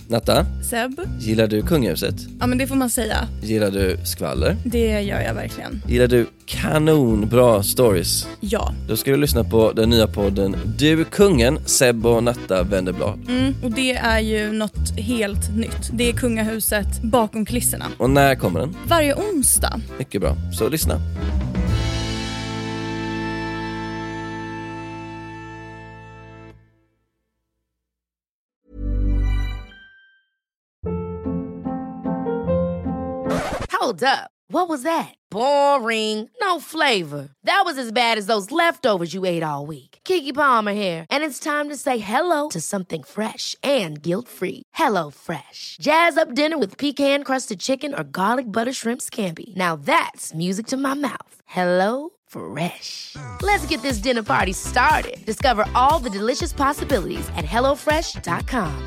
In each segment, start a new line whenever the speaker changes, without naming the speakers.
Natta,
Seb?
gillar du kungahuset?
Ja, men det får man säga.
Gillar du skvaller?
Det gör jag verkligen.
Gillar du kanonbra stories?
Ja.
Då ska du lyssna på den nya podden Du kungen, Seb och Natta vänder blad.
Och det är ju något helt nytt. Det är kungahuset bakom kulisserna.
Och när kommer den?
Varje onsdag.
Mycket bra, så lyssna.
Hold up. What was that? Boring. No flavor. That was as bad as those leftovers you ate all week. Keke Palmer here, and it's time to say hello to something fresh and guilt-free. Hello Fresh. Jazz up dinner with pecan-crusted chicken or garlic butter shrimp scampi. Now that's music to my mouth. Hello Fresh. Let's get this dinner party started. Discover all the delicious possibilities at hellofresh.com.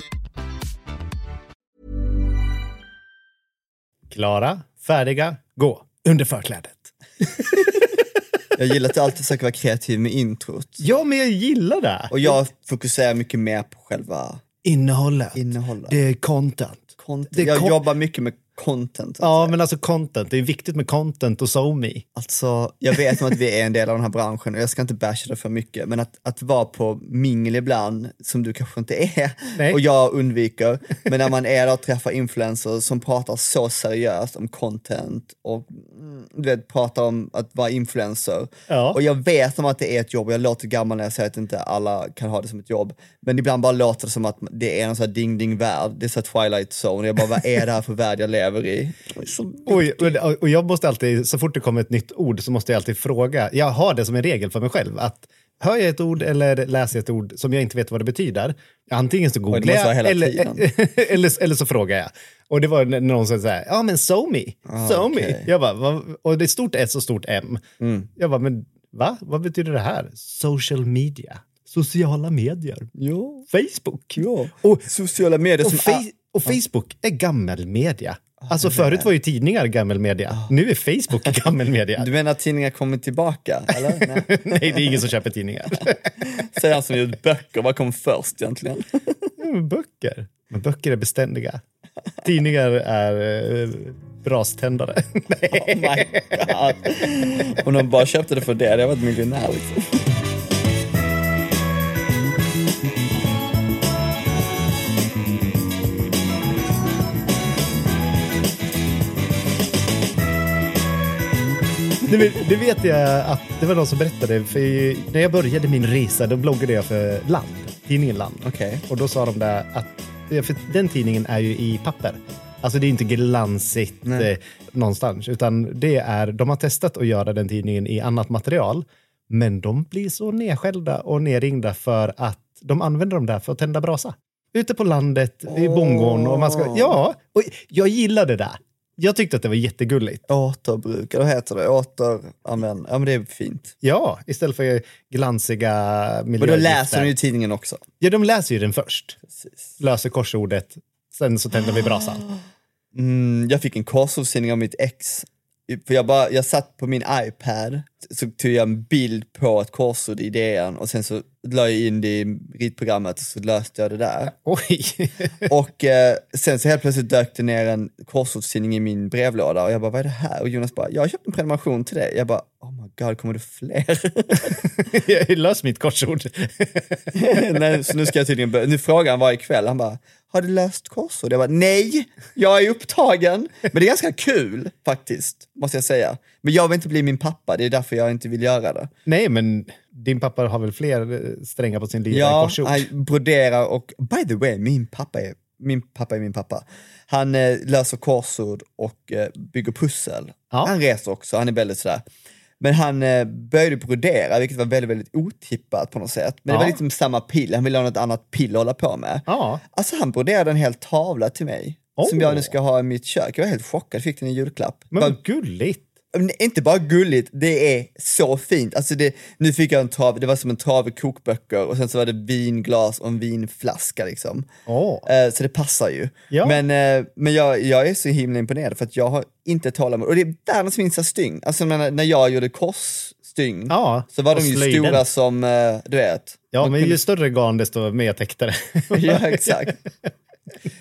Klara, färdiga, gå. Under förklädet.
Jag gillar att jag alltid försöker vara kreativ med introt.
Ja, men jag gillar det.
Och jag fokuserar mycket mer på själva
innehållet. Det är content.
Jag jobbar mycket med content.
Ja, men alltså content. Det är viktigt med content och SoMe.
Alltså, jag vet att vi är en del av den här branschen och jag ska inte basha det för mycket. Men att vara på mingel ibland, som du kanske inte är,
Nej.
och jag undviker. Men när man är där och träffar influencers som pratar så seriöst om content och du vet, pratar om att vara influencer.
Ja.
Och jag vet om att det är ett jobb. Jag låter gammal när jag säger att inte alla kan ha det som ett jobb. Men ibland bara låter det som att det är en sån här ding-ding-värld. Det är så Twilight Zone. Jag bara, vad är det här för värld jag lever i?
Och jag måste alltid, så fort det kommer ett nytt ord så måste jag alltid fråga. Jag har det som en regel för mig själv att hör jag ett ord eller läser jag ett ord som jag inte vet vad det betyder, antingen så googlar jag eller så frågar jag. Och det var när någon sa så här, ja men SoMe.
Okay.
Jag bara, och det är stort S och stort M. Jag bara, men va? Vad betyder det här? Social media. Sociala medier.
Jo.
Facebook.
Ja.
Och
sociala medier
och Facebook är gammelmedia. Alltså förut var ju tidningar gammelmedia. Nu är Facebook gammelmedia.
Du menar att tidningar kommer tillbaka? Eller?
Nej, det är ingen som köper tidningar.
Säger han som gjorde böcker. Vad kom först egentligen?
Böcker. Men böcker är beständiga. Tidningar är braständare.
Oh my god. Om de bara köpte det för det hade jag varit miljonär liksom.
Det vet jag att det var någon som berättade. För när jag började min resa då bloggade jag för Land, tidningen Land.
Okay.
Och då sa de där att för den tidningen är ju i papper. Alltså det är inte glansigt någonstans. Utan det är, de har testat att göra den tidningen i annat material. Men de blir så nedskällda och nerringda för att de använder dem där för att tända brasa. Ute på landet, i bondgården. Och man ska, ja, och jag gillar det där. Jag tyckte att det var jättegulligt.
Återbruk, eller heter det? Återanvänd. Ja, men det är fint.
Ja, istället för glansiga miljögifter.
Och då läser de ju tidningen också.
Ja, de läser ju den först.
Precis.
Löser korsordet. Sen så tänder vi brasan.
Jag fick en korsordstidning av mitt ex. För jag satt på min iPad. Så tog jag en bild på ett korsord i idén. Och sen så la jag in det i ritprogrammet. Och så löste jag det där.
Oj.
Och sen så helt plötsligt dök det ner en korsordstidning i min brevlåda. Och jag bara, vad är det här? Och Jonas bara, jag har köpt en prenumeration till det. Jag bara, oh my god, kommer det fler?
Jag lös mitt korsord.
Nej, så nu ska jag tydligen nu frågar han varje kväll. Han bara, har du löst korsord? Jag bara, nej, jag är upptagen. Men det är ganska kul faktiskt, måste jag säga. Men jag vill inte bli min pappa, det är därför jag inte vill göra det.
Nej, men din pappa har väl fler strängar på sin liv än korsord?
Ja, han broderar och, by the way, min pappa är min pappa. Han löser korsord och bygger pussel. Ja. Han reser också, han är väldigt sådär. Men han började brodera, vilket var väldigt, väldigt otippat på något sätt. Men det var liksom samma pill, han ville ha något annat pill att hålla på med. Ja. Alltså han broderade en hel tavla till mig. Som jag nu ska ha i mitt kök. Jag var helt chockad, fick den i julklapp.
Men vad gulligt.
Inte bara gulligt, det är så fint. Alltså nu fick jag en trav, det var som en trave kokböcker och sen så var det vinglas och en vinflaska liksom. Så det passar ju. Ja. Men jag är så himla imponerad för att jag har inte tålamod. Och det är världens minsta styng. Alltså när jag gjorde korsstyng så var de ju slöjden. Stora som du vet.
Ja, men ju större garn desto mer täckte det.
Ja, exakt.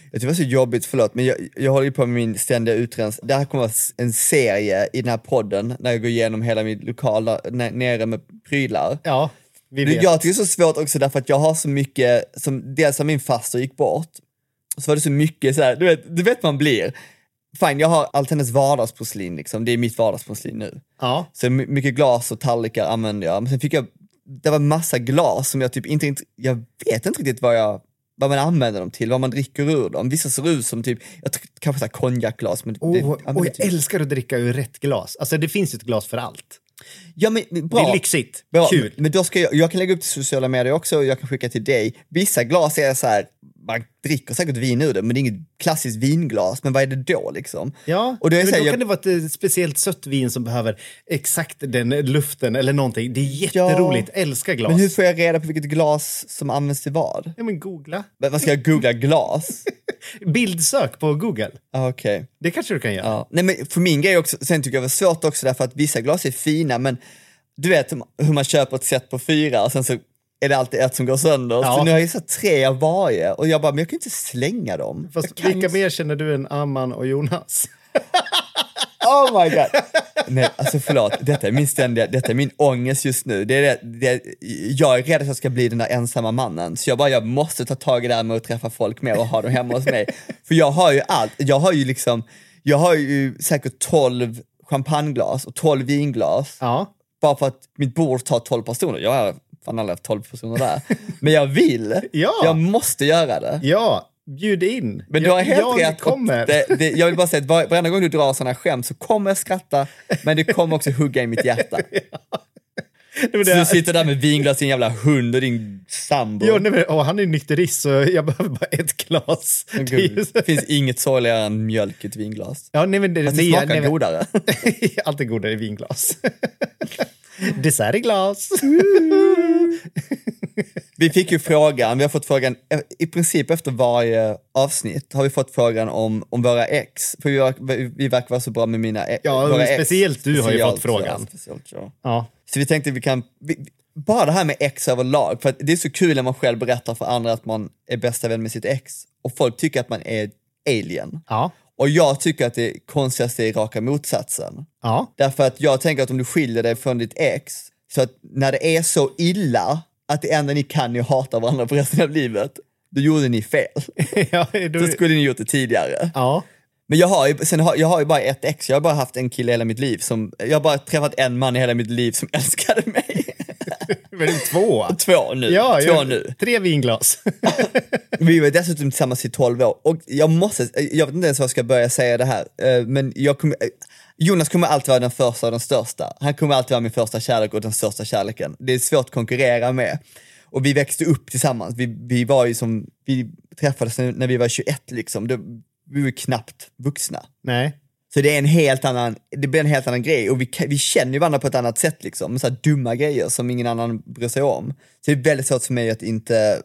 Jag tycker det var så jobbigt, förlåt, men jag håller ju på med min ständiga utrens. Det här kommer vara en serie i den här podden när jag går igenom hela min lokal nere med prylar.
Ja, vi vet.
Jag tycker det är så svårt också därför att jag har så mycket, som dels av min faster gick bort, så var det så mycket så här, du vet man blir. Fine, jag har allt hennes vardagsporslin liksom, det är mitt vardagsporslin nu.
Ja.
Så mycket glas och tallrikar använder jag. Men sen fick jag, det var massa glas som jag typ inte jag vet inte riktigt vad man använder dem till, vad man dricker ur dem. Vissa ser ut som typ, kanske såhär konjakglas. Men
jag älskar att dricka ur rätt glas. Alltså det finns ett glas för allt.
Ja, men bra.
Det är lyxigt,
bra.
Kul.
Men då ska jag kan lägga upp till sociala medier också och jag kan skicka till dig. Vissa glas är så här, man dricker säkert vin ur det, men det är inget klassiskt vinglas. Men vad är det då liksom?
Ja,
och då
kan det vara ett speciellt sött vin som behöver exakt den luften eller någonting. Det är jätteroligt, älskar glas.
Men hur får jag reda på vilket glas som används till vad?
Ja, men googla.
Men vad ska jag googla glas?
Bildsök på Google.
Okej.
Det kanske du kan göra.
Ja. Nej, men för min grej också, sen tycker jag det var svårt också därför att vissa glas är fina, men du vet hur man köper ett set på 4 och sen så är det alltid ett som går sönder. Ja. Så nu har jag så 3 av varje och jag bara, men jag kan inte slänga dem.
Fast vilka mer känner du än Amman och Jonas?
Oh my god. Nej, alltså förlåt, detta är min ångest just nu. Jag är rädd att jag ska bli den där ensamma mannen. Så jag måste ta tag i det här med att träffa folk mer och ha dem hemma hos mig. För jag har ju allt. Jag har ju säkert 12 champagneglas och 12 vinglas.
Ja.
Bara för att mitt bord tar 12 personer. Jag har fan aldrig haft 12 personer där. Men jag vill.
Ja.
Jag måste göra det.
Ja, bjud in.
Men du har helt rätt.
Kommer.
Jag vill bara säga att varenda gång du drar sådana skämt så kommer jag skratta, men det kommer också hugga i mitt hjärta. Ja. Så du sitter där med vinglas, din jävla hund och din sambo.
Ja, nej, men, han är nykterist så jag behöver bara ett glas.
Det finns inget sorgligare än mjölk i ett vinglas.
Ja, nej, men det
smakar godare.
Allt är godare i vinglas. Dessert i glas.
Vi fick ju frågan, vi har fått frågan i princip efter varje avsnitt har vi fått frågan om våra ex. För vi verkar vara så bra med mina ex.
Ja,
våra
speciellt
ex.
Du har ju fått frågan.
Ja. Så vi tänkte vi kan, bara det här med ex överlag, för att det är så kul när man själv berättar för andra att man är bästa vän med sitt ex. Och folk tycker att man är alien.
Ja.
Och jag tycker att det konstigaste är raka motsatsen.
Ja.
Därför att jag tänker att om du skiljer dig från ditt ex, så att när det är så illa att det enda ni kan är att hata varandra på resten av livet, då gjorde ni fel.
Ja,
då skulle ni gjort det tidigare.
Ja.
Men jag har ju bara ett ex. Jag har bara haft en kille i hela mitt liv. Jag har bara träffat en man i hela mitt liv som älskade mig.
Men det är 2.
2 nu.
Ja,
2 nu.
3 vinglas.
Vi var dessutom tillsammans i 12 år. Och jag vet inte ens vad jag ska börja säga det här. Men Jonas kommer alltid vara den första och den största. Han kommer alltid vara min första kärlek och den största kärleken. Det är svårt att konkurrera med. Och vi växte upp tillsammans. Vi träffades när vi var 21 liksom. Vi var knappt vuxna.
Nej.
Så det blir en helt annan grej. Och vi känner ju varandra på ett annat sätt liksom. Med så här dumma grejer som ingen annan bryr sig om. Så det är väldigt svårt för mig att inte...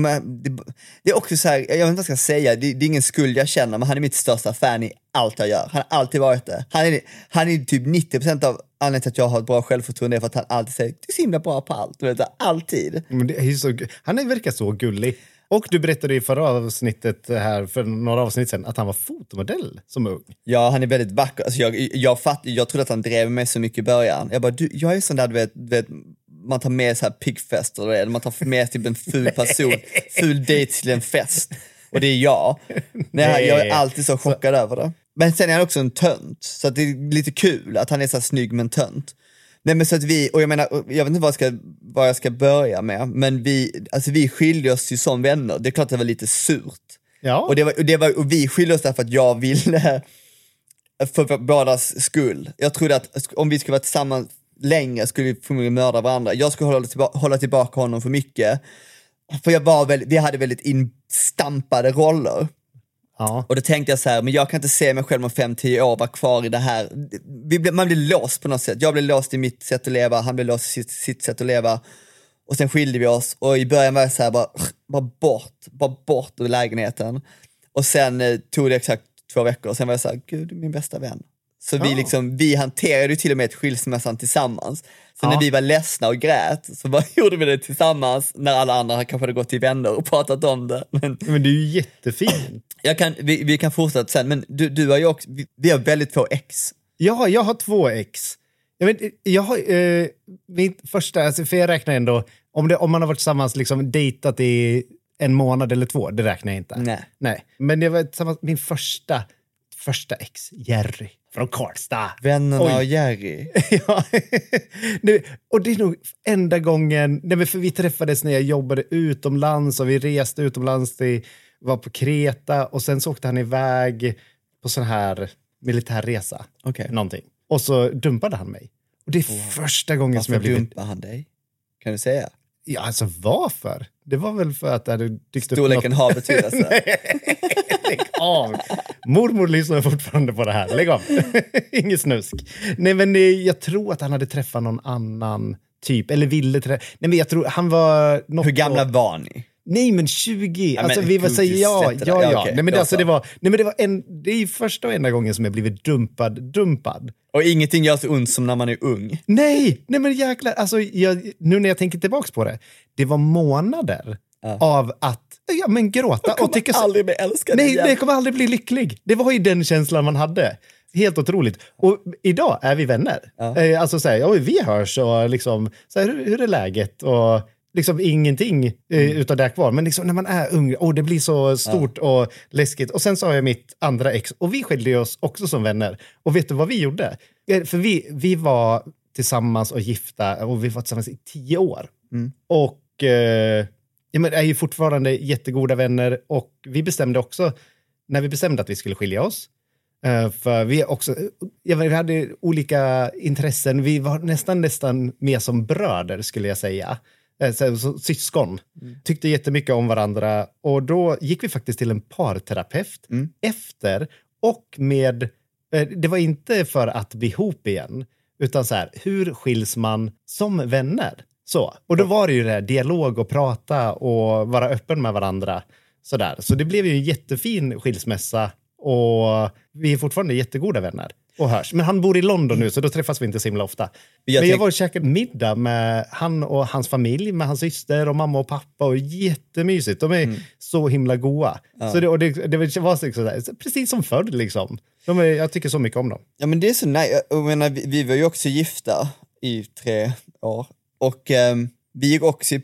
Det är också så här, jag vet inte vad jag ska säga, det är ingen skuld jag känner, men han är mitt största fan i allt jag gör. Han har alltid varit det. Han är typ 90% av anledningen till att jag har ett bra självförtroende, för att han alltid säger, du är så himla bra på allt. Du vet, alltid. Men det är
han verkar så gullig. Och du berättade i förra avsnittet här för några avsnitt sedan att han var fotomodell som ung.
Ja, han är väldigt vacker. Alltså jag trodde att han drev mig så mycket i början. Jag bara, jag är sån där, du vet man tar med så här pigfester och man tar med typ en ful person, ful date till en fest. Och det är jag. Nej, jag är alltid så chockad över det. Men sen är han också en tönt. Så att det är lite kul att han är så här snygg men tönt. Nej, men så att och jag menar, jag vet inte vad jag ska börja med. Men vi skiljer oss ju som vänner. Det är klart att det var lite surt.
Ja.
Och vi skiljer oss därför att jag ville för bådas skull. Jag trodde att om vi skulle vara tillsammans länge skulle vi förmodligen mörda varandra. Jag skulle hålla tillbaka honom för mycket. För vi hade väldigt instampade roller.
Ja.
Och då tänkte jag så här, men jag kan inte se mig själv om 5-10 år vara kvar i det här. Man blir låst på något sätt. Jag blev låst i mitt sätt att leva, han blev låst i sitt sätt att leva. Och sen skilde vi oss. Och i början var jag så här, bara bort ur lägenheten. Och sen tog det exakt 2 veckor. Och sen var jag så här, gud, du är min bästa vän. Så vi hanterade ju till och med ett skilsmässan tillsammans. Så när vi var ledsna och grät så gjorde vi det tillsammans när alla andra kanske hade gått till vänner och pratat om det.
Men det är ju jättefint.
Vi kan fortsätta sen, men du har ju också, vi har väldigt få ex.
Ja, jag har 2 ex. Jag har min första, alltså, för jag räknar ändå, om man har varit tillsammans liksom dejtat i 1 månad eller 2, det räknar jag inte. Nej. Men jag var tillsammans min första ex, Jerry från Karlstad.
Vännerna och Jerry.
Ja. Och det är nog enda gången, för vi träffades när jag jobbade utomlands och vi reste utomlands var på Kreta och sen så åkte han iväg på sån här militärresa. Någonting. Och så dumpade han mig. Och det är första gången som jag blev...
Varför dumpade han dig? Kan du säga?
Ja, alltså varför? Det var väl för att det hade dykt upp
storleken har betydelse.
Lägg av. Mormor lyssnar fortfarande på det här. Lägg av. Inget snusk. Nej, men jag tror att han hade träffat någon annan typ. Eller ville träffa... Nej, men jag tror han var...
Hur gamla var ni?
Nej, men 20.
Ja,
alltså
men
vi var säga ja.
Okay,
nej, men det, alltså, det var det är första och enda gången som jag blivit dumpad.
Och ingenting gör så ont som när man är ung.
Nej, men jäklar, alltså nu när jag tänker tillbaks på det var månader av att gråta och tycka så.
Aldrig bli älskad.
Nej, det kommer aldrig bli lycklig. Det var ju den känslan man hade. Helt otroligt. Och idag är vi vänner. Alltså så här, vi hörs och liksom så här, hur är läget och liksom ingenting utav det kvar. Men liksom när man är ung, det blir så stort och läskigt. Och sen så har jag mitt andra ex. Och vi skilde oss också som vänner. Och vet du vad vi gjorde? För vi var tillsammans och gifta. Och vi var tillsammans i 10 år. Och är ju fortfarande jättegoda vänner. Och vi bestämde också, när vi bestämde att vi skulle skilja oss. För vi också, vi hade olika intressen. Vi var nästan mer som bröder, skulle jag säga. Så syskon. Tyckte jättemycket om varandra. Och då gick vi faktiskt till en parterapeut efter. Och det var inte för att bli ihop igen. Utan så här, hur skiljs man som vänner? Så. Och då var det ju det här, dialog och prata och vara öppen med varandra. Sådär. Så det blev ju en jättefin skilsmässa. Och vi är fortfarande jättegoda vänner. Och hörs. Men han bor i London nu, så då träffas vi inte så himla ofta. Jag var och käkade middag med han och hans familj, med hans syster och mamma och pappa. Och jättemysigt. De är så himla goa. Så det var sådär, precis som förr liksom. Jag tycker så mycket om dem.
Ja, men det är så nej. Jag menar, vi var ju också gifta i 3 år. Och vi gick också i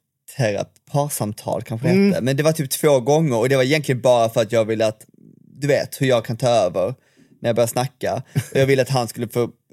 parsamtal kanske inte. Men det var typ 2 gånger. Och det var egentligen bara för att jag ville att, du vet hur jag kan ta över när jag börjar snacka. Och jag ville att han skulle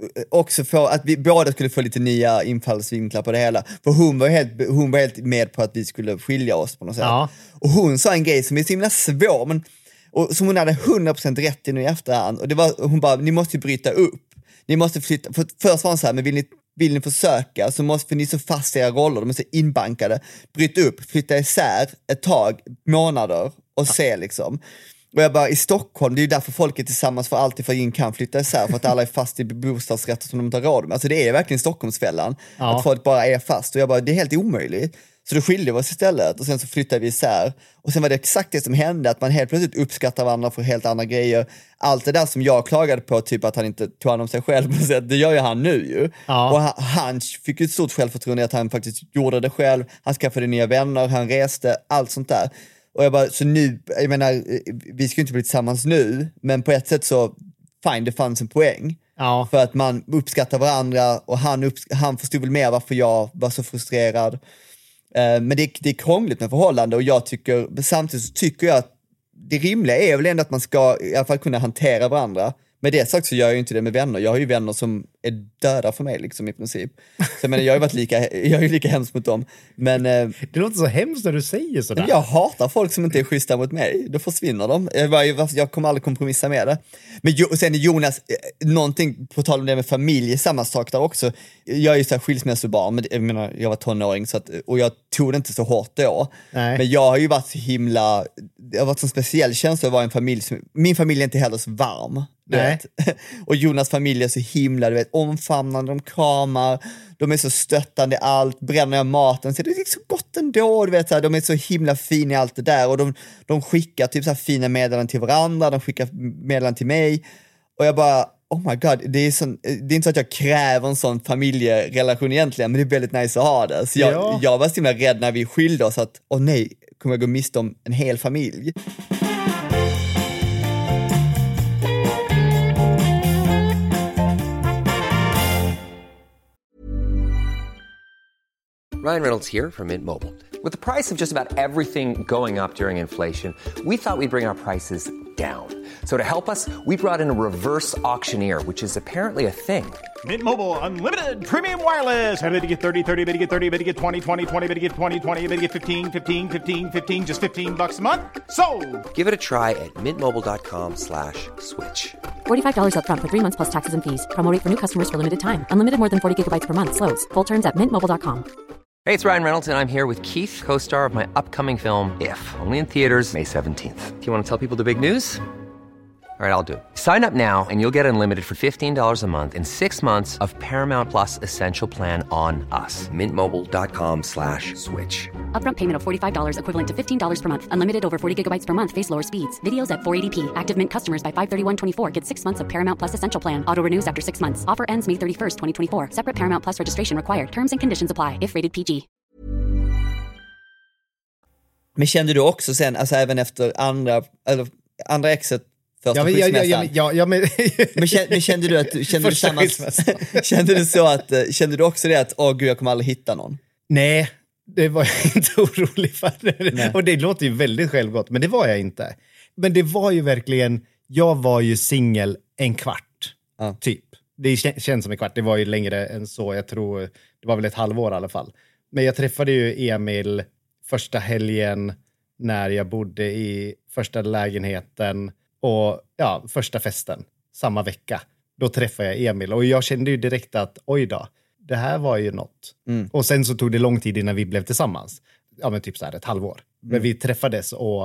få att vi båda skulle få lite nya infallsvinklar på det hela. För hon var helt med på att vi skulle skilja oss på något sätt. Ja. Och hon sa en grej som är så himla svår, och som hon hade 100% rätt i nu i efterhand. Och det var, hon bara, ni måste bryta upp. Ni måste flytta. För först var hon så här, men vill ni försöka, så måste, för ni är så fast i era roller, de är så inbankade. Bryta upp, flytta isär ett tag, månader och se liksom. Och jag bara, i Stockholm, det är ju därför folk är tillsammans för alltid, för ingen kan flytta isär, för att alla är fast i bostadsrätter som de tar råd med. Alltså det är verkligen Stockholmsfällan, att folk bara är fast. Och jag bara, det är helt omöjligt. Så då skilde vi oss istället, och sen så flyttade vi isär. Och sen var det exakt det som hände, att man helt plötsligt uppskattar varandra för helt andra grejer. Allt det där som jag klagade på, typ att han inte tog hand om sig själv, det gör ju han nu ju. Ja. Och han fick ju ett stort självförtroende att han faktiskt gjorde det själv. Han skaffade nya vänner, han reste, allt sånt där. Och jag bara, så nu, jag menar, vi ska ju inte bli tillsammans nu, men på ett sätt så, fine, det fanns en poäng. Ja. För att man uppskattar varandra, och han förstod väl mer varför jag var så frustrerad. Men det är krångligt med förhållande, och samtidigt så tycker jag att det rimliga är väl ändå att man ska i alla fall kunna hantera varandra. Med det sagt så gör jag ju inte det med vänner. Jag har ju vänner som är döda för mig liksom, i princip. Så jag är ju lika hemskt mot dem. Men
det låter så hemskt när du säger sådär.
Jag hatar folk som inte är schyssta mot mig. Då försvinner de. Jag kommer aldrig kompromissa med det. Men sen är Jonas, någonting på tal om det med familj, samma sak där också. Jag är ju så här skilsmässobarn, men jag var tonåring, så att, och jag tog det inte så hårt då. Nej. Men jag har ju varit så himla, det har varit en speciell känsla att vara en familj min familj är inte heller så varm. Och Jonas familj är så himla, du vet, omfamnande, de kramar, de är så stöttande, allt, bränner jag maten så det är så gott ändå, du vet, så här, de är så himla fina i allt det där, och de skickar typ så här fina meddelanden till varandra, de skickar meddelanden till mig, och jag bara, oh my god, det är inte så att jag kräver en sån familjerelation egentligen, men det är väldigt nice att ha det. Så jag var så himla rädd när vi skilde oss att, nej, kommer jag gå miste om en hel familj.
Ryan Reynolds here from Mint Mobile. With the price of just about everything going up during inflation, we thought we'd bring our prices down. So to help us, we brought in a reverse auctioneer, which is apparently a thing.
Mint Mobile Unlimited Premium Wireless. How to get 30, 30, bit to get 30, bit to get 20, 20, 20, bit to get 20, 20, bit to get 15, 15, 15, 15, just $15 a month? Sold!
Give it a try at mintmobile.com/switch.
$45 up front for 3 months plus taxes and fees. Promo rate for new customers for limited time. Unlimited more than 40 gigabytes per month. Slows full terms at mintmobile.com.
Hey, it's Ryan Reynolds, and I'm here with Keith, co-star of my upcoming film, If, only in theaters May 17th. Do you want to tell people the big news? All right, I'll do it. Sign up now and you'll get unlimited for $15 a month and 6 months of Paramount Plus Essential Plan on us. mintmobile.com/switch.
Upfront payment of $45 equivalent to $15 per month. Unlimited over 40 gigabytes per month. Face lower speeds. Videos at 480p. Active Mint customers by 531.24 get 6 months of Paramount Plus Essential Plan. Auto renews after 6 months. Offer ends May 31st, 2024. Separate Paramount Plus registration required. Terms and conditions apply if rated PG.
Men kände du också sen, alltså även efter andra exet, första skilsmässan? Men kände du att kände du också det att gud, jag kommer aldrig hitta någon?
Nej, det var jag inte orolig för. Nej. Och det låter ju väldigt självgott, men det var jag inte. Men det var ju verkligen, jag var ju singel en kvart, typ. Det känns som en kvart, det var ju längre än så. Jag tror, det var väl ett halvår i alla fall. Men jag träffade ju Emil första helgen när jag bodde i första lägenheten och första festen samma vecka. Då träffade jag Emil och jag kände ju direkt att oj då, det här var ju något. Och sen så tog det lång tid innan vi blev tillsammans. Ja, men typ så här ett halvår. Men vi träffades och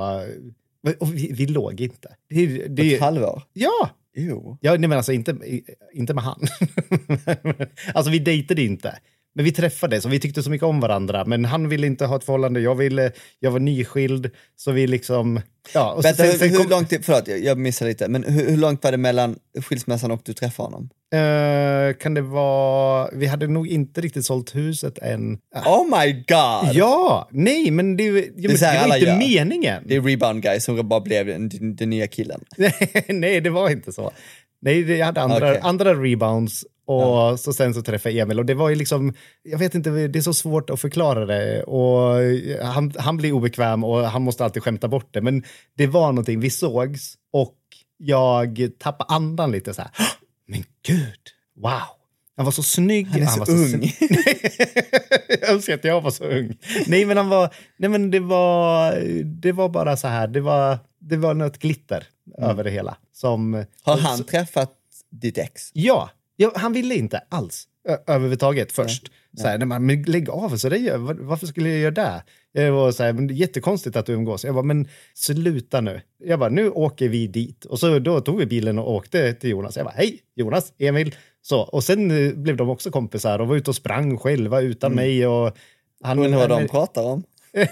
vi låg inte.
Ett halvår?
Ja.
Jo.
Ja, nej, men alltså inte med han. Alltså vi dejtade inte. Men vi träffades och vi tyckte så mycket om varandra. Men han ville inte ha ett förhållande. Jag var nyskild. Så vi liksom... Ja, och
vänta, hur långt... Förlåt, jag missade lite. Men hur långt var det mellan skilsmässan och du träffade honom?
Kan det vara... Vi hade nog inte riktigt sålt huset än.
Oh my god!
Ja, nej, men det var inte meningen.
Det är Rebound Guy som bara blev den nya killen.
Nej, det var inte så. Nej, jag hade andra rebounds. Och så sen så träffade jag Emil och det var ju liksom, jag vet inte, det är så svårt att förklara det och han blir obekväm och han måste alltid skämta bort det, men det var någonting, vi sågs och jag tappade andan lite så här. Men gud, wow, han var så snygg.
Han är så ung.
Jag önskar att jag var så ung. Nej, men det var bara så här, det var något glitter över det hela.
Har han träffat ditt ex?
Ja, han ville inte alls överhuvudtaget först. Så här, men lägg av, så det varför skulle jag göra det? Jag var så här, men det är jättekonstigt att du umgås. Jag bara, men sluta nu. Jag bara, nu åker vi dit. Och så då tog vi bilen och åkte till Jonas. Jag bara, hej Jonas, Emil. Så, och sen blev de också kompisar och var ute och sprang själva utan mig. Och
men vad de pratar om?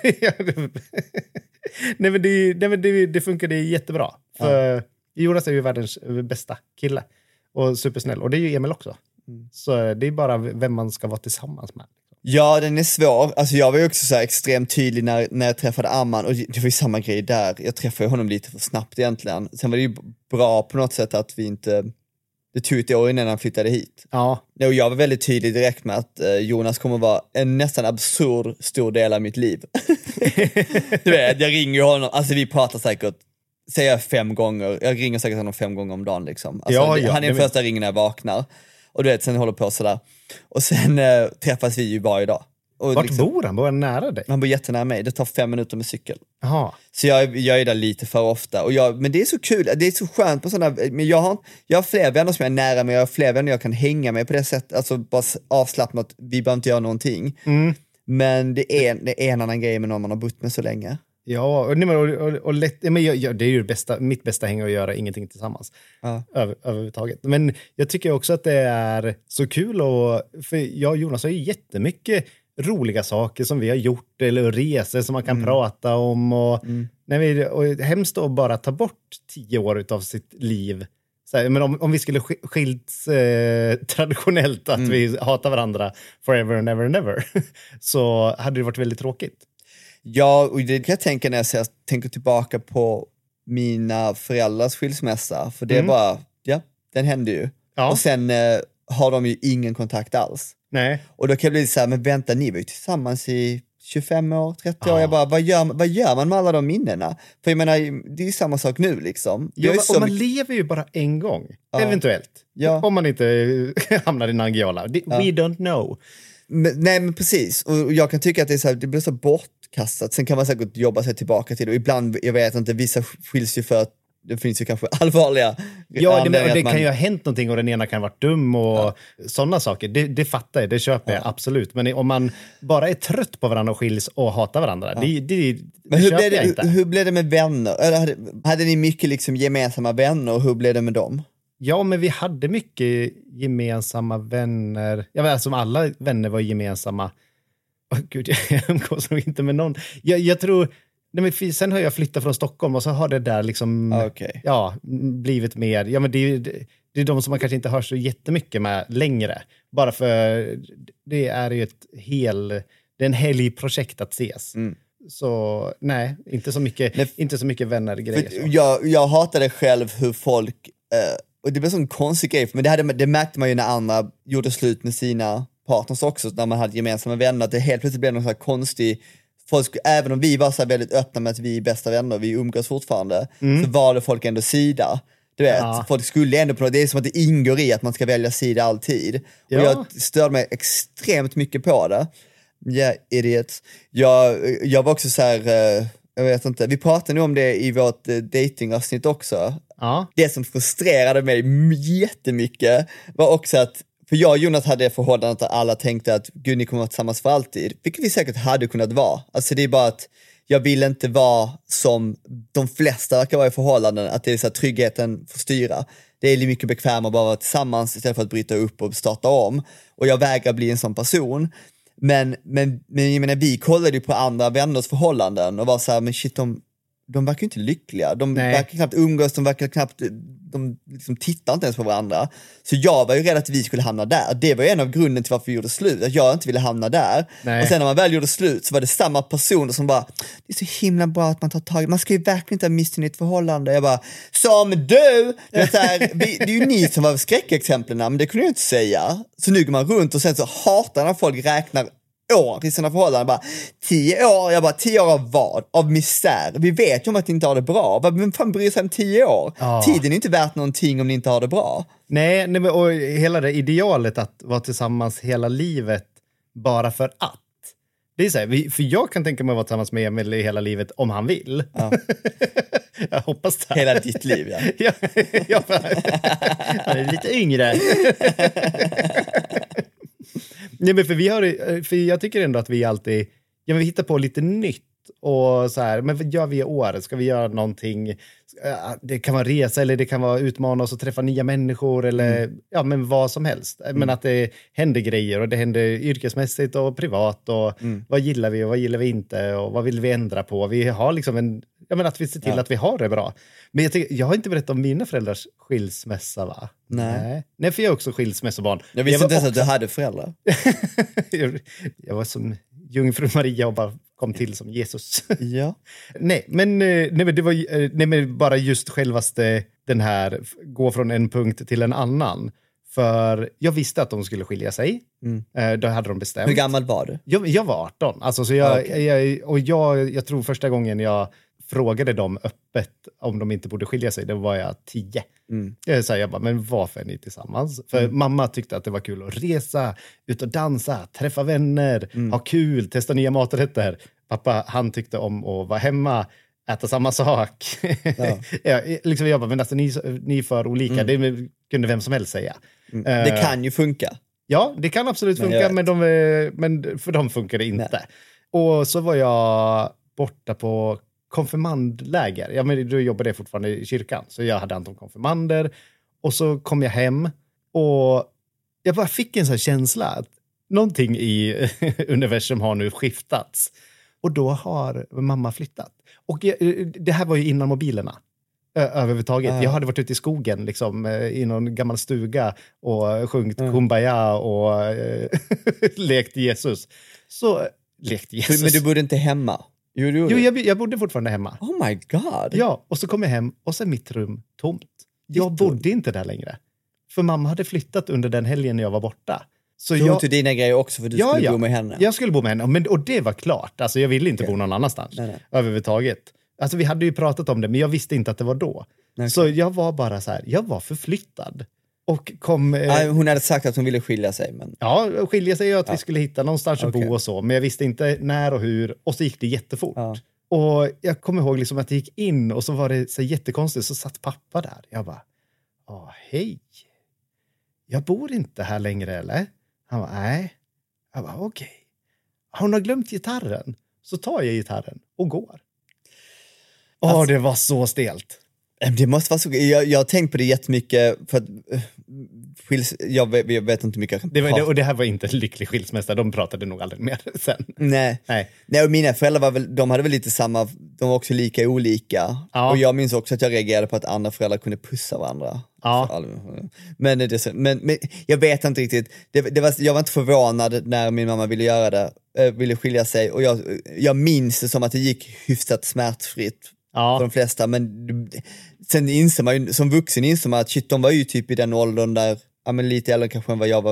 Nej, men det funkade jättebra. För Jonas är ju världens bästa kille. Och supersnäll. Och det är ju Emil också. Så det är bara vem man ska vara tillsammans med.
Ja, den är svår. Alltså jag var ju också så här extremt tydlig när jag träffade Amman. Och det var ju samma grej där. Jag träffade honom lite för snabbt egentligen. Sen var det ju bra på något sätt att vi inte... Det tog ett år innan han flyttade hit.
Ja.
Och jag var väldigt tydlig direkt med att Jonas kommer vara en nästan absurd stor del av mitt liv. Du vet, jag ringer ju honom. Alltså vi pratar säkert... Säger jag 5 gånger. Jag ringer säkert honom 5 gånger om dagen liksom. Alltså, han är den första ringen när jag vaknar. Och du vet, sen håller på sådär. Och sen träffas vi ju varje dag. Och
vart bor han? Bor han nära dig?
Han bor jättenära mig. Det tar 5 minuter med cykel.
Aha.
Så jag är där lite för ofta. Men det är så kul. Det är så skönt på sådana... Men jag har fler vänner som jag är nära med. Jag har fler vänner jag kan hänga med på det sättet. Alltså bara avslappnat. Vi behöver inte göra någonting. Men det är en annan grej med någon man har bott med så länge.
Ja, och lätt, men det är ju mitt bästa häng att göra ingenting tillsammans överhuvudtaget. Men jag tycker också att det är så kul för jag och Jonas har ju jättemycket roliga saker som vi har gjort eller resor som man kan prata om och hemskt att bara ta bort 10 år av sitt liv Så här, men om vi skulle skilts traditionellt att vi hatar varandra forever and ever and ever så hade det varit väldigt tråkigt.
Ja, och det kan jag tänka när jag tänker tillbaka på mina föräldrars skilsmässa. För det är bara, den hände ju. Ja. Och sen har de ju ingen kontakt alls.
Nej.
Och då kan jag bli så här, men vänta, ni var ju tillsammans i 25 år, 30 år. Jag bara, vad gör man med alla de minnena? För jag menar, det är ju samma sak nu liksom.
Ja, och man lever ju bara en gång, eventuellt. Ja. Om man inte hamnar i Nangijala. We don't know.
Men precis. Och jag kan tycka att det är så här, det blir så bortkastat. Sen kan man säkert jobba sig tillbaka till det. Och ibland, jag vet inte, vissa skiljs ju för att det finns ju kanske allvarliga...
Ja, det kan ju ha hänt någonting och den ena kan ha varit dum och sådana saker. Det fattar jag, det köper jag absolut. Men om man bara är trött på varandra och skiljs och hatar varandra,
men hur blev det med vänner? Eller hade ni mycket liksom gemensamma vänner och hur blev det med dem?
Ja, men vi hade mycket gemensamma vänner. Jag vet, som alla vänner var gemensamma. Gud, jag umgås nog inte med någon. Jag tror... Nej, men sen har jag flyttat från Stockholm och så har det där liksom blivit mer, ja men det är de som man kanske inte hör så jättemycket med längre, bara för det är ju det är en helgprojekt att ses. Så nej, inte så mycket vänner grejer.
Jag hatade själv hur folk och det var sån konstig grej, men det märkte man ju när andra gjorde slut med sina partners också, när man hade gemensamma vänner, att det helt plötsligt blev någon sån här konstig folk, även om vi var så väldigt öppna med att vi är bästa vänner, vi umgås fortfarande, så var det folk ändå sida. Du vet, folk skulle ändå på något, det är som att det ingår i att man ska välja sida alltid. Och jag störde mig extremt mycket på det. Idiots. Jag var också så här, jag vet inte, vi pratade nog om det i vårt datingavsnitt också. Det som frustrerade mig jättemycket var också att, för jag och Jonas hade det förhållandet att alla tänkte att gud, ni kommer att vara tillsammans för alltid. Vilket vi säkert hade kunnat vara. Alltså det är bara att jag vill inte vara som de flesta verkar vara i förhållanden. Att det är så att tryggheten får styra. Det är mycket bekvämare att bara vara tillsammans istället för att bryta upp och starta om. Och jag vägrar bli en sån person. Men jag menar, vi kollade ju på andra vänners förhållanden och var så här, men shit, de verkar ju inte lyckliga. De verkar knappt umgås, de liksom tittar inte ens på varandra. Så jag var ju rädd att vi skulle hamna där. Det var ju en av grunden till varför vi gjorde slut. Att jag inte ville hamna där. Nej. Och sen när man väl gjorde slut så var det samma personer som bara, det är så himla bra att man tar tag. Man ska ju verkligen inte ha mist i ett förhållande. Jag bara, som du! Det är ju ni som var skräckexemplen, men det kunde jag inte säga. Så nu går man runt och sen så hatar när folk räknar år i sina förhållanden. Bara 10 år, jag bara 10 år av vad? Av misär. Vi vet ju om att ni inte har det bra. Vem fan bryr sig om 10 år? Tiden är inte värt någonting om ni inte har det bra.
Nej, och hela det idealet att vara tillsammans hela livet bara för att. Det är så här, för jag kan tänka mig att vara tillsammans med Emil i hela livet om han vill. Ja. Jag hoppas det.
Hela ditt liv, ja.
Han är lite yngre. Nej, men för jag tycker ändå att vi alltid vi hittar på lite nytt och så här, men vad gör vi i år? Ska vi göra någonting? Det kan vara resa eller det kan vara utmana oss och träffa nya människor eller men vad som helst. Men att det händer grejer och det händer yrkesmässigt och privat och vad gillar vi och vad gillar vi inte och vad vill vi ändra på? Vi har liksom att vi ser till att vi har det bra. Men jag har inte berättat om mina föräldrars skilsmässa, va? Nej, för jag är också skilsmässobarn.
Jag visste inte ens att du hade föräldrar.
Jag var som jungfru Maria och bara kom till som Jesus.
Ja.
Nej, men det var bara just självaste den här gå från en punkt till en annan. För jag visste att de skulle skilja sig. Då hade de bestämt.
Hur gammal var du?
Jag var 18. Alltså, så jag tror första gången jag frågade dem öppet om de inte borde skilja sig, då var jag 10. Jag bara, men varför är ni tillsammans? För mamma tyckte att det var kul att resa, ut och dansa, träffa vänner, ha kul, testa nya maträtter. Pappa, han tyckte om att vara hemma, äta samma sak. Jag bara, men alltså, ni är för olika. Det kunde vem som helst säga.
Det kan ju funka.
Ja, det kan absolut funka, men för dem funkar det inte. Nej. Och så var jag borta på konfirmandläger. Ja, men du jobbade fortfarande i kyrkan. Så jag hade hand om konfirmander. Och så kom jag hem. Och jag bara fick en sån här känsla att någonting i universum har nu skiftats. Och då har mamma flyttat. Och det här var ju innan mobilerna. överhuvudtaget. Jag hade varit ute i skogen liksom, i någon gammal stuga och sjungit Kumbaya och lekt Jesus. Så lekt Jesus.
Men du bodde inte hemma?
Jo, jag bodde fortfarande hemma.
Oh my god.
Ja, och så kom jag hem och så är mitt rum tomt. Jag bodde inte där längre. För mamma hade flyttat under den helgen när jag var borta. Så
jag tog dina grejer också för du skulle bo med henne?
Jag skulle bo med henne, och det var klart. Alltså, jag ville inte bo någon annanstans överhuvudtaget. Alltså, vi hade ju pratat om det, men jag visste inte att det var då. Okay. Så jag var bara så här, jag var förflyttad. Och kom...
hon hade sagt att hon ville skilja sig. Men...
Ja, skilja sig och att vi skulle hitta någonstans att bo och så. Men jag visste inte när och hur. Och så gick det jättefort. Ja. Och jag kommer ihåg liksom att jag gick in och så var det så jättekonstigt. Så satt pappa där. Jag bara, hej. Jag bor inte här längre, eller? Han bara, nej. Jag bara, okej. Hon har glömt gitarren. Så tar jag gitarren och går. Det var så stelt.
Det måste vara så. Jag har tänkt på det jättemycket för att jag vet inte mycket.
Och det här var inte en lycklig skilsmässa. De pratade nog aldrig mer sen.
Nej, och mina föräldrar de hade väl lite samma, de var också lika olika. Ja. Och jag minns också att jag reagerade på att andra föräldrar kunde pussa varandra. Ja. Men jag vet inte riktigt. Jag var inte förvånad när min mamma ville göra det, ville skilja sig, och jag minns det som att det gick hyfsat smärtfritt. Ja. För de flesta, men sen inser man ju, som vuxen inser man att shit, de var ju typ i den åldern där, lite äldre kanske än vad jag var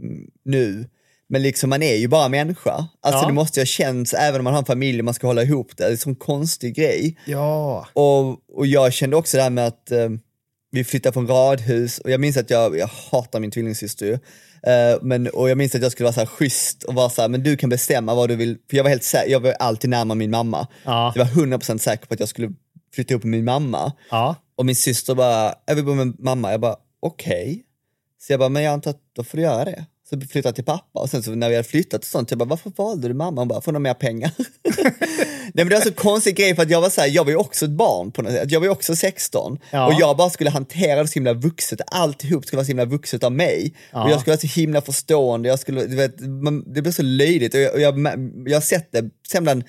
nu, men liksom man är ju bara människa, alltså det måste ju ha känts, även om man har en familj, man ska hålla ihop det är en sån konstig grej.
Ja.
Och jag kände också det här med att vi flyttade från radhus, och jag minns att jag hatar min tvillingsyster. Och jag minns att jag skulle vara så här schysst och vara så här, men du kan bestämma vad du vill, för jag var helt säker, jag var alltid närmare min mamma. Jag var 100% säker på att jag skulle flytta upp med min mamma. Och min syster bara, jag vill bo med mamma. Jag bara, okej. Så jag bara, men jag antar att då får du göra det. Så flyttade jag till pappa, och sen så när vi hade flyttat och sånt, jag bara, varför valde du mamma? Hon bara, får de mer pengar? Nej, men det var så konstig grej, för att jag var så här, jag var ju också ett barn på något sätt. Jag var ju också 16. Och jag bara skulle hantera det så himla vuxet. Alltihop skulle vara så himla vuxet av mig. Och jag skulle vara så himla förstående. Jag skulle, du vet, det blev så löjligt. Och jag har sett det sen bland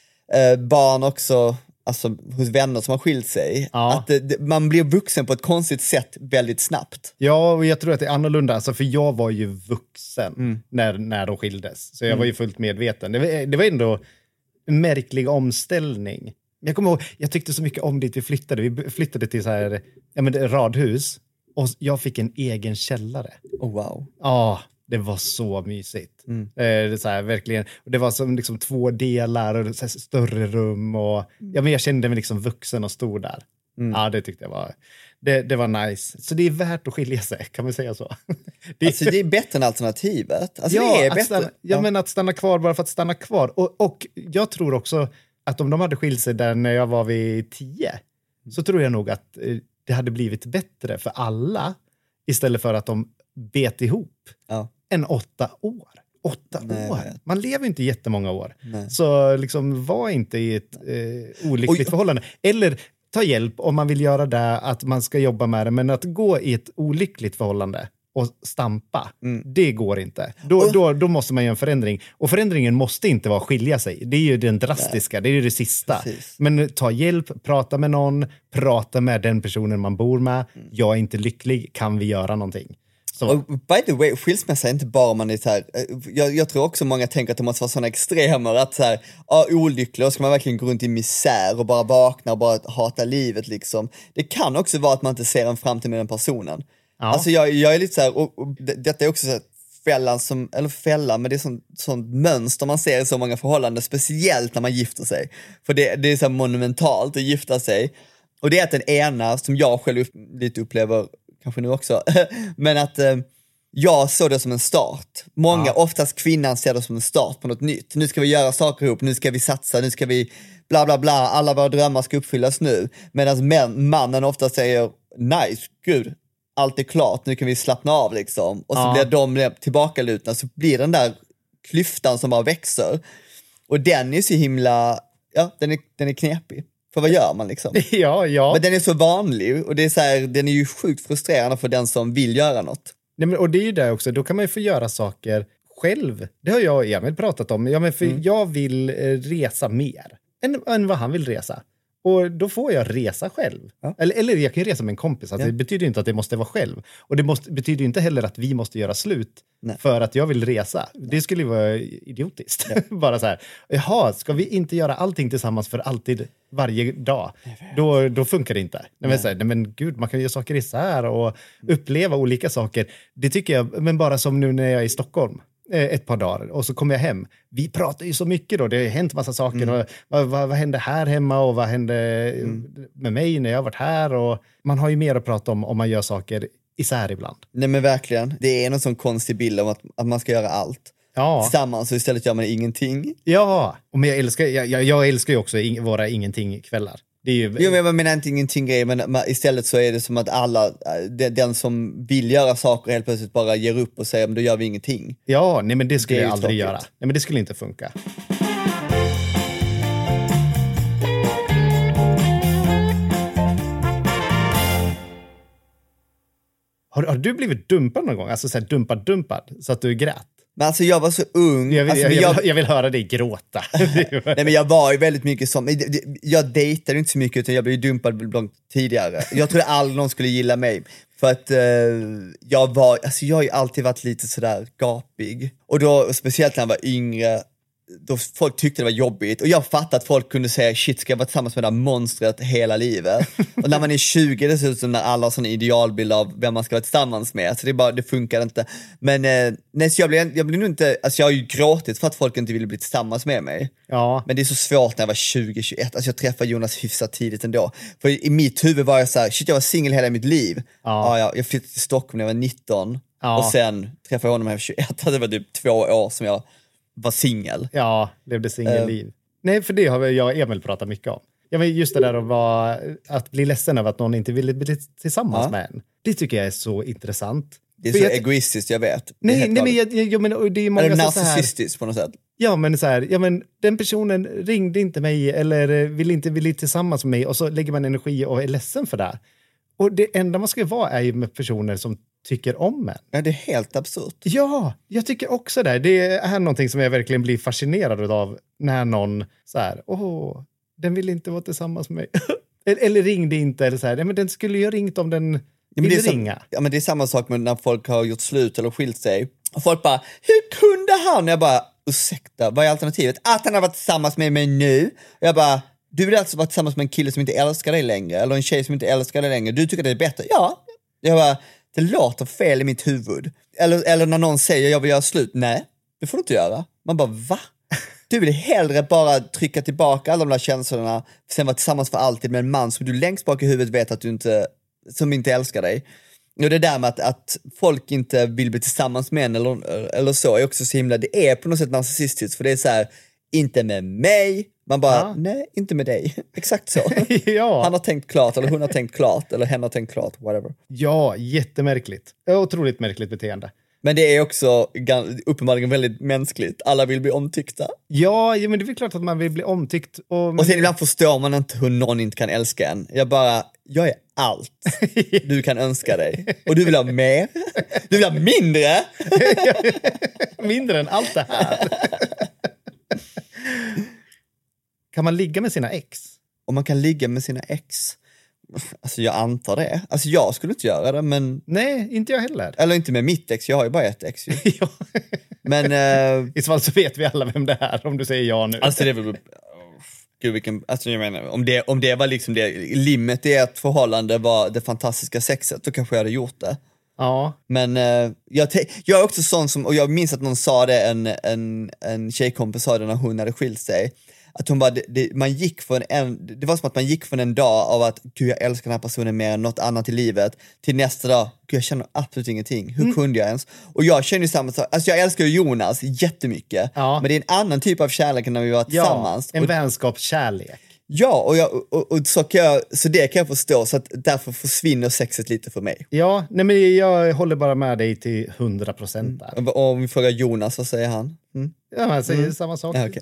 barn också, alltså hos vänner som har skilt sig. Att man blir vuxen på ett konstigt sätt väldigt snabbt.
Ja, och jag tror att det är annorlunda. Alltså, för jag var ju vuxen när de skildes. Så jag var ju fullt medveten. Det var ändå en märklig omställning. Jag kommer ihåg, jag tyckte så mycket om dit vi flyttade. Vi flyttade till så här, radhus. Och jag fick en egen källare.
Oh, wow.
Ja, det var så mysigt. Det, så här, verkligen. Och det var som liksom 2 delar och så här, större rum. Och, men jag kände mig liksom vuxen och stor där. Ja, det tyckte jag var... Det var nice. Så det är värt att skilja sig, kan man säga så?
Det är bättre än alternativet. Alltså, det är bättre.
Men att stanna kvar bara för att stanna kvar. Och jag tror också att om de hade skilt sig där när jag var vid 10, så tror jag nog att det hade blivit bättre för alla, istället för att de bet ihop än 8 år. 8 år. Man lever inte jättemånga år. Nej. Så liksom, var inte i ett olyckligt förhållande. Eller ta hjälp om man vill göra det, att man ska jobba med det. Men att gå i ett olyckligt förhållande och stampa, det går inte. Då måste man göra en förändring. Och förändringen måste inte vara skilja sig. Det är ju den drastiska, det är ju det sista. Precis. Men ta hjälp, prata med någon, prata med den personen man bor med. Jag är inte lycklig, kan vi göra någonting? Så.
Och by the way, skilsmässa är inte bara man är så här, jag tror också många tänker att det måste vara sådana extremer, att så här, olycklig, och ska man verkligen gå runt i misär och bara vakna och bara hata livet liksom. Det kan också vara att man inte ser en framtid med den personen. Ja. Alltså jag är lite så här, och detta är också så här, fällan, men det är sånt mönster man ser i så många förhållanden, speciellt när man gifter sig. För det är så här monumentalt att gifta sig. Och det är att den ena, som jag själv lite upplever, kanske nu också, men att jag såg det som en start. Oftast kvinnan ser det som en start på något nytt. Nu ska vi göra saker ihop, nu ska vi satsa, nu ska vi bla bla bla, alla våra drömmar ska uppfyllas nu. Medan mannen ofta säger, nice, gud, allt är klart, nu kan vi slappna av liksom. Och så blir de tillbakalutna, så blir den där klyftan som bara växer. Och den är så himla, den är knepig. För vad gör man liksom?
Ja.
Men den är så vanlig, och det är så här, den är ju sjukt frustrerande för den som vill göra något.
Nej, men, och det är ju det också, då kan man ju få göra saker själv. Det har jag och Emil pratat om. Ja, men för jag vill resa mer än vad han vill resa. Och då får jag resa själv. Ja. Eller jag kan ju resa med en kompis. Alltså, det betyder inte att det måste vara själv. Och det betyder inte heller att vi måste göra slut för att jag vill resa. Det skulle ju vara idiotiskt. Ja. Bara så här, jaha, ska vi inte göra allting tillsammans för alltid, varje dag? Då funkar det inte. Nej, men gud, man kan göra saker isär och uppleva olika saker. Det tycker jag, men bara som nu när jag är i Stockholm. Ett par dagar och så kommer jag hem. Vi pratar ju så mycket då. Det har hänt massa saker. Och vad hände här hemma och vad hände med mig när jag har varit här? Och man har ju mer att prata om man gör saker isär ibland.
Nej men verkligen. Det är någon sån konstig bild om att man ska göra allt tillsammans och istället gör man ingenting.
Ja, men jag älskar ju också våra ingenting-kvällar. Det är ju...
Jo, men jag menar inte ingenting grej, men istället så är det som att alla, den som vill göra saker helt plötsligt bara ger upp och säger, men då gör vi ingenting.
Ja, nej men det skulle jag aldrig göra. Nej men det skulle inte funka. Har du blivit dumpad någon gång? Alltså så här dumpad så att du grät?
Men alltså jag var så ung.
Jag vill höra dig gråta.
Nej men jag var ju väldigt mycket som, jag dejtade inte så mycket utan jag blev dumpad långt tidigare. Jag trodde aldrig någon skulle gilla mig. För att jag har ju alltid varit lite sådär gapig. Och då, speciellt när jag var yngre, då folk tyckte det var jobbigt. Och jag fattade att folk kunde säga, shit, ska jag vara tillsammans med det där monstret hela livet? Och när man är 20 dessutom, när alla har sån idealbild av vem man ska vara tillsammans med. Så det funkar inte. Men nej, så jag blev nog inte, alltså jag har ju gråtit för att folk inte ville bli tillsammans med mig.
Ja.
Men det är så svårt när jag var 20-21. Alltså jag träffade Jonas hyfsat tidigt ändå. För i mitt huvud var jag så här, shit, jag var singel hela mitt liv. Jag flyttade till Stockholm när jag var 19. Och sen träffade jag honom när jag var 21. Det var typ 2 år som jag var singel.
Ja, levde singelliv. Nej, för det har jag och Emil pratat mycket om. Jag vet just det där att bli ledsen över att någon inte ville bli tillsammans med en. Det tycker jag är så intressant.
Det är så egoistiskt, jag vet.
Nej, men det är många
eller narcissistiskt på något sätt.
Ja, men så här, den personen ringde inte mig eller vill inte bli tillsammans med mig och så lägger man energi och är ledsen för det. Och det enda man ska vara är ju med personer som tycker om en.
Ja, det är helt absurt.
Ja, jag tycker också det. Det är någonting som jag verkligen blir fascinerad av när någon så här, den vill inte vara tillsammans med mig. eller ringde inte, eller så här, men den skulle ju ha ringt om den ville ringa.
Ja, men det är samma sak med när folk har gjort slut eller skilt sig. Och folk bara, hur kunde han? Jag bara, ursäkta, vad är alternativet? Att han har varit tillsammans med mig nu. Jag bara, du vill alltså vara tillsammans med en kille som inte älskar dig längre, eller en tjej som inte älskar dig längre. Du tycker det är bättre? Ja. Jag bara, det låter fel i mitt huvud. Eller när någon säger jag vill göra slut. Nej, det får du inte göra. Man bara, va? Du vill hellre bara trycka tillbaka alla de där känslorna, sen vara tillsammans för alltid med en man som du längst bak i huvudet vet att som inte älskar dig. Och det där med att folk inte vill bli tillsammans med en eller så är också så himla, det är på något sätt narcissistiskt, för det är så här, inte med mig. Man bara, nej, inte med dig. Exakt så.
Ja.
Han har tänkt klart, eller hon har tänkt klart, eller hen har tänkt klart, whatever.
Ja, jättemärkligt. Otroligt märkligt beteende.
Men det är också uppenbarligen väldigt mänskligt. Alla vill bli omtyckta.
Ja, men det är väl klart att man vill bli omtyckt.
Och sen ibland förstår man inte hur någon inte kan älska en. Jag är allt du kan önska dig. Och du vill ha mer. Du vill ha mindre.
Mindre än allt det här. Kan man ligga med sina ex?
Om man kan ligga med sina ex? Alltså jag antar det. Alltså jag skulle inte göra det, men...
Nej, inte jag heller.
Eller inte med mitt ex, jag har ju bara ett ex ju.
Ja.
Men...
I så fall så vet vi alla vem det är, om du säger ja nu.
Alltså det är väl... Gud, alltså jag menar, om det var liksom det limmet i ett förhållande var det fantastiska sexet, då kanske jag hade gjort det.
Ja.
Men jag är också sån som, och jag minns att någon sa det, en tjejkompis sa det när hon hade skilt sig, att hon bara, man gick från det var som att man gick från en dag av att gud, jag älskar den här personen mer än något annat i livet, till nästa dag, gud, jag känner absolut ingenting. Hur kunde jag ens? Och jag känner ju samma sak, alltså jag älskar Jonas jättemycket, men det är en annan typ av kärlek när vi var tillsammans.
En vänskapskärlek.
Ja, och så det kan jag förstå, så att därför försvinner sexet lite för mig.
Ja, nej men jag håller bara med dig till 100% där.
Och om vi frågar Jonas, vad säger han?
Ja, han säger samma sak.
Ja, okay.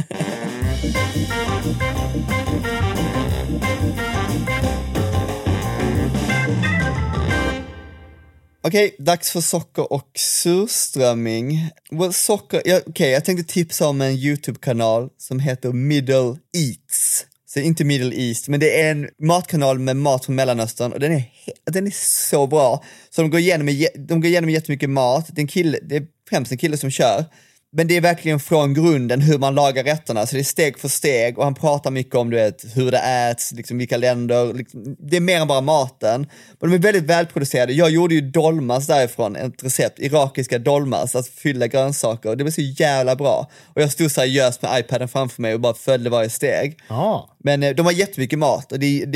Okej, dags för socker och surströmming. Jag tänkte tipsa om en YouTube-kanal som heter Middle Eats. Så inte Middle East, men det är en matkanal med mat från Mellanöstern och den är så bra. Så de går igenom jättemycket mat. Det är främst en kille som kör. Men det är verkligen från grunden hur man lagar rätterna. Så det är steg för steg och han pratar mycket om hur det äts, liksom vilka länder. Liksom, det är mer än bara maten. Men de är väldigt välproducerade. Jag gjorde ju dolmas därifrån, ett recept, irakiska dolmas, alltså fylla grönsaker. Det blev så jävla bra. Och jag stod seriöst med iPaden framför mig och bara följde varje steg. Men de har jättemycket mat. Och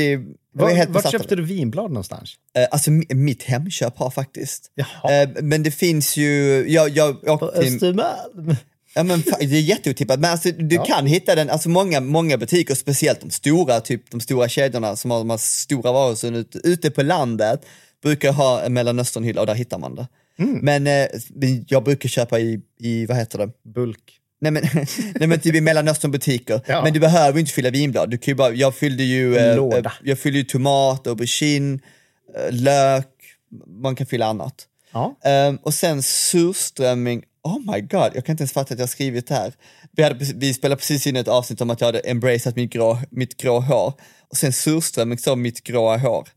Vart köpte du vinblad någonstans?
Alltså mitt Hemköp har faktiskt. Men det finns ju... Jag åkte till Östermalm. Ja, men det är jätteotippat. Men alltså, du kan hitta den, alltså många butiker, speciellt de stora kedjorna som har de här stora varuhusen ute på landet, brukar ha en Mellanösternhylla och där hittar man det. Men jag brukar köpa i vad heter det?
Bulk.
Nej men typ i Mellanösternbutiker. Men du behöver inte fylla vinblad. Du kan ju bara, jag fyllde ju tomat, aubergine, lök, man kan fylla annat. Och sen surströmming. Oh my god, jag kan inte ens fatta att jag har skrivit det här. Vi spelade precis in ett avsnitt om att jag hade embraceat mitt grå hår. Och sen surströmming så mitt gråa hår.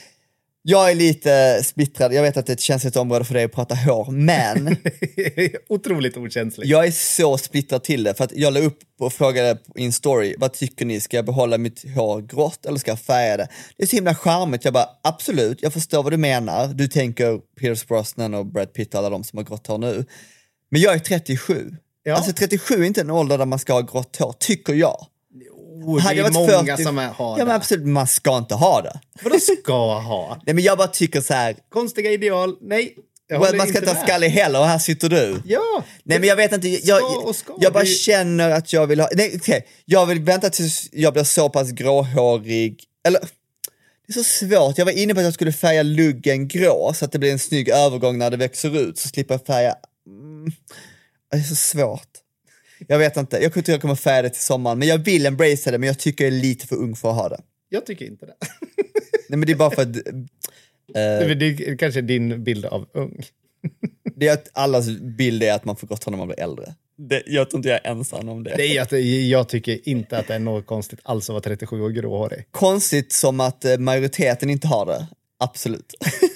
Jag är lite splittrad. Jag vet att det är ett känsligt område för dig att prata hår, men...
Otroligt okänsligt.
Jag är så splittrad till det, för att jag la upp och frågade i en story, vad tycker ni? Ska jag behålla mitt hår grått eller ska jag färga det? Det är så himla charmigt. Jag bara, absolut, jag förstår vad du menar. Du tänker Pierce Brosnan och Brad Pitt och alla de som har grått hår nu. Men jag är 37. Alltså 37 är inte en ålder där man ska ha grått hår, tycker jag.
Det är många som har det.
Ja, men absolut, man ska inte ha det.
Vadå ska ha?
Nej, men jag bara tycker så här.
Konstiga ideal, nej.
Man ska inte ha skallig heller, och här sitter du.
Ja.
Nej, men jag vet inte. Jag bara känner att jag vill ha... Nej, okej. Jag vill vänta tills jag blir så pass gråhårig. Eller... Det är så svårt. Jag var inne på att jag skulle färga luggen grå så att det blir en snygg övergång när det växer ut. Så slipper jag färga... Det är så svårt. Jag vet inte. Jag tror inte jag kommer färga det till sommaren. Men jag vill embrace det. Men jag tycker jag är lite för ung för att ha det.
Jag tycker inte det.
Nej, men det är bara för att...
Det är kanske din bild av ung.
Det är att allas bild är att man får grått när man blir äldre. Jag tror inte jag är ensam om det.
Jag tycker inte att det är något konstigt alls att vara 37 och gråhårig.
Konstigt som att majoriteten inte har det. Absolut.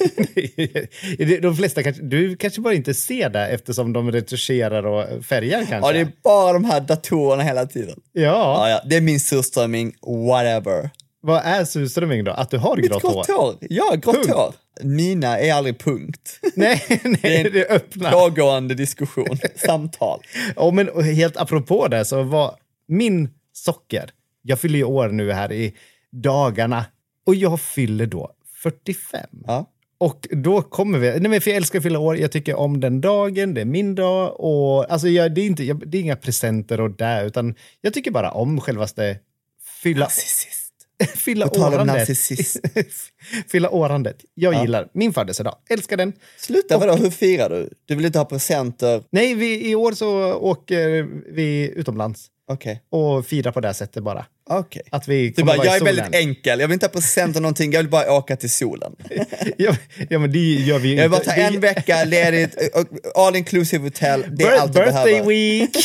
De flesta du kanske bara inte ser det eftersom de retuscherar och färgar kanske.
Ja, det är bara de här datorerna hela tiden.
Ja.
Det är min surströmming, whatever.
Vad är surströmming då? Att du har grått hår?
Ja, grått hår. Mina är aldrig punkt.
Nej, det är öppna.
Pågående diskussion, samtal.
Men helt apropå det så var min socker, jag fyller ju år nu här i dagarna och jag fyller då 45.
Ja.
Och då kommer vi, nej men för jag älskar att fylla år, jag tycker om den dagen, det är min dag och alltså det är inga presenter och där, utan jag tycker bara om självaste fylla årandet. Fylla årandet. Jag gillar min födelsedag. Älskar den.
Sluta, vadå? Hur firar du? Du vill inte ha presenter?
Nej, i år så åker vi utomlands.
Okej.
Och firar på det sättet bara.
Okej.
Att vi
du bara, jag är väldigt enkel. Jag vill inte ha presenter någonting. Jag vill bara åka till solen.
ja, men det gör vi ju inte.
Jag vill bara ta en vecka ledigt. All inclusive hotel. Det är allt jag behöver.
Birthday week.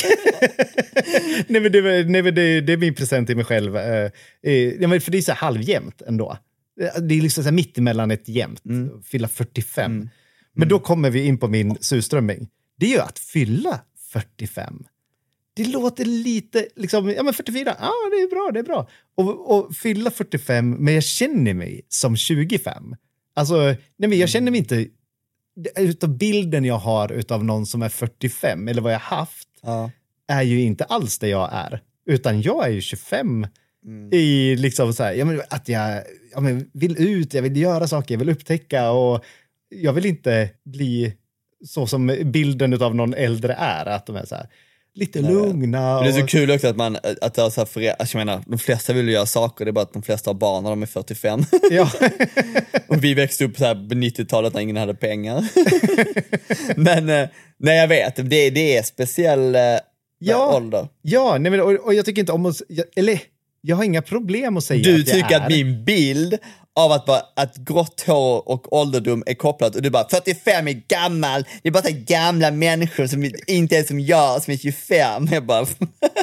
Det är min present till mig själv. För det är så halvjämnt ändå. Det är liksom så här mitt emellan ett jämnt. Fylla 45. Men då kommer vi in på min surströmming. Det är ju att fylla 45. Det låter lite, liksom, men 44, det är bra. Och fylla 45, men jag känner mig som 25. Alltså, nej men jag känner mig inte, utav bilden jag har utav någon som är 45, eller vad jag haft, är ju inte alls det jag är. Utan jag är ju 25 i liksom så här, att jag vill ut, jag vill göra saker, jag vill upptäcka och jag vill inte bli så som bilden utav någon äldre är, att de är så här lite lugna.
Och... Det är så kul också att det är så här alltså jag menar, de flesta vill göra saker, det är bara att de flesta har barn när de är 45.
Ja.
Och vi växte upp så här på 90-talet när ingen hade pengar. Men nej, jag vet, det är speciell ålder.
Ja, nej, men, och jag tycker inte om jag har inga problem att säga
du tycker att min bild av att grått hår och ålderdom är kopplat, och du bara 45 är gammal, det är bara så gamla människor som inte är som jag som är 25. Jag bara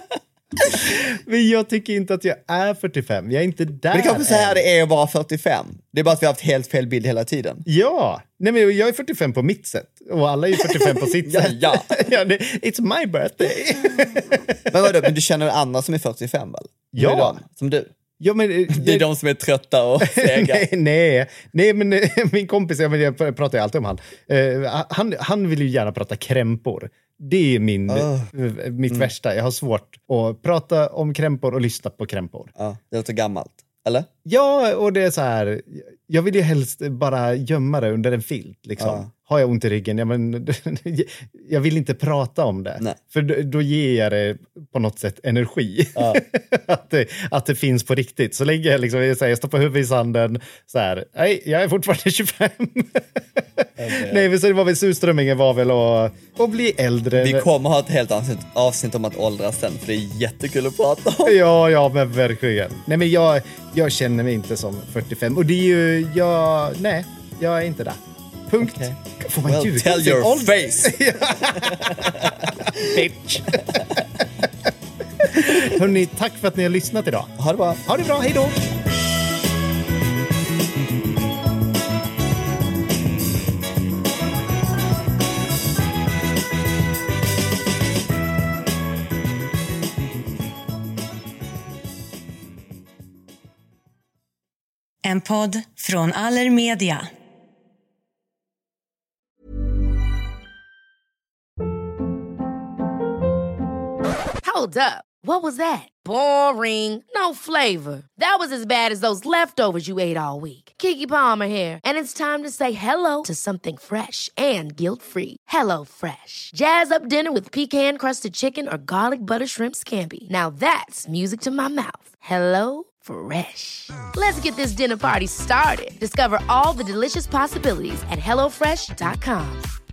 Men jag tycker inte att jag är 45. Jag är inte där.
Men det kanske så här det är att vara 45. Det är bara att vi har haft helt fel bild hela tiden.
Ja, nej men jag är 45 på mitt sätt. Och alla är 45 på sitt sätt.
Ja.
It's my birthday.
Men vadå, men du känner andra som är 45 väl?
Ja.
Som du?
Ja, men,
det är de som är trötta och sega.
nej, men min kompis, jag pratar ju alltid om han vill ju gärna prata krämpor. Det är mitt värsta. Jag har svårt att prata om krämpor och lyssna på krämpor.
Ja, det låter gammalt, eller?
Ja, och det är så här, jag vill ju helst bara gömma det under en filt liksom. Ja. Har jag ont i ryggen, jag vill inte prata om det. Nej. För då ger jag det på något sätt energi. Ja. att det finns på riktigt. Så länge jag jag stoppar huvudet i sanden så här, nej, jag är fortfarande 25. Okay. Nej, men så det var väl surströmmingen var väl att bli äldre.
Vi kommer ha ett helt avsnitt om att åldras sen, för det är jättekul att prata om.
Ja, men verkligen. Nej, men jag känner mig inte som 45. Och det är ju, jag är inte där. Punkt. Okay. Får man
well, tell your face.
Bitch. Hörrni, tack för att ni har lyssnat idag.
Ha det bra.
Ha det bra, hej då.
En podd från Allermedia.
Hold up. What was that? Boring. No flavor. That was as bad as those leftovers you ate all week. Keke Palmer here, and it's time to say hello to something fresh and guilt-free. Hello Fresh. Jazz up dinner with pecan-crusted chicken or garlic butter shrimp scampi. Now that's music to my mouth. Hello Fresh. Let's get this dinner party started. Discover all the delicious possibilities at HelloFresh.com.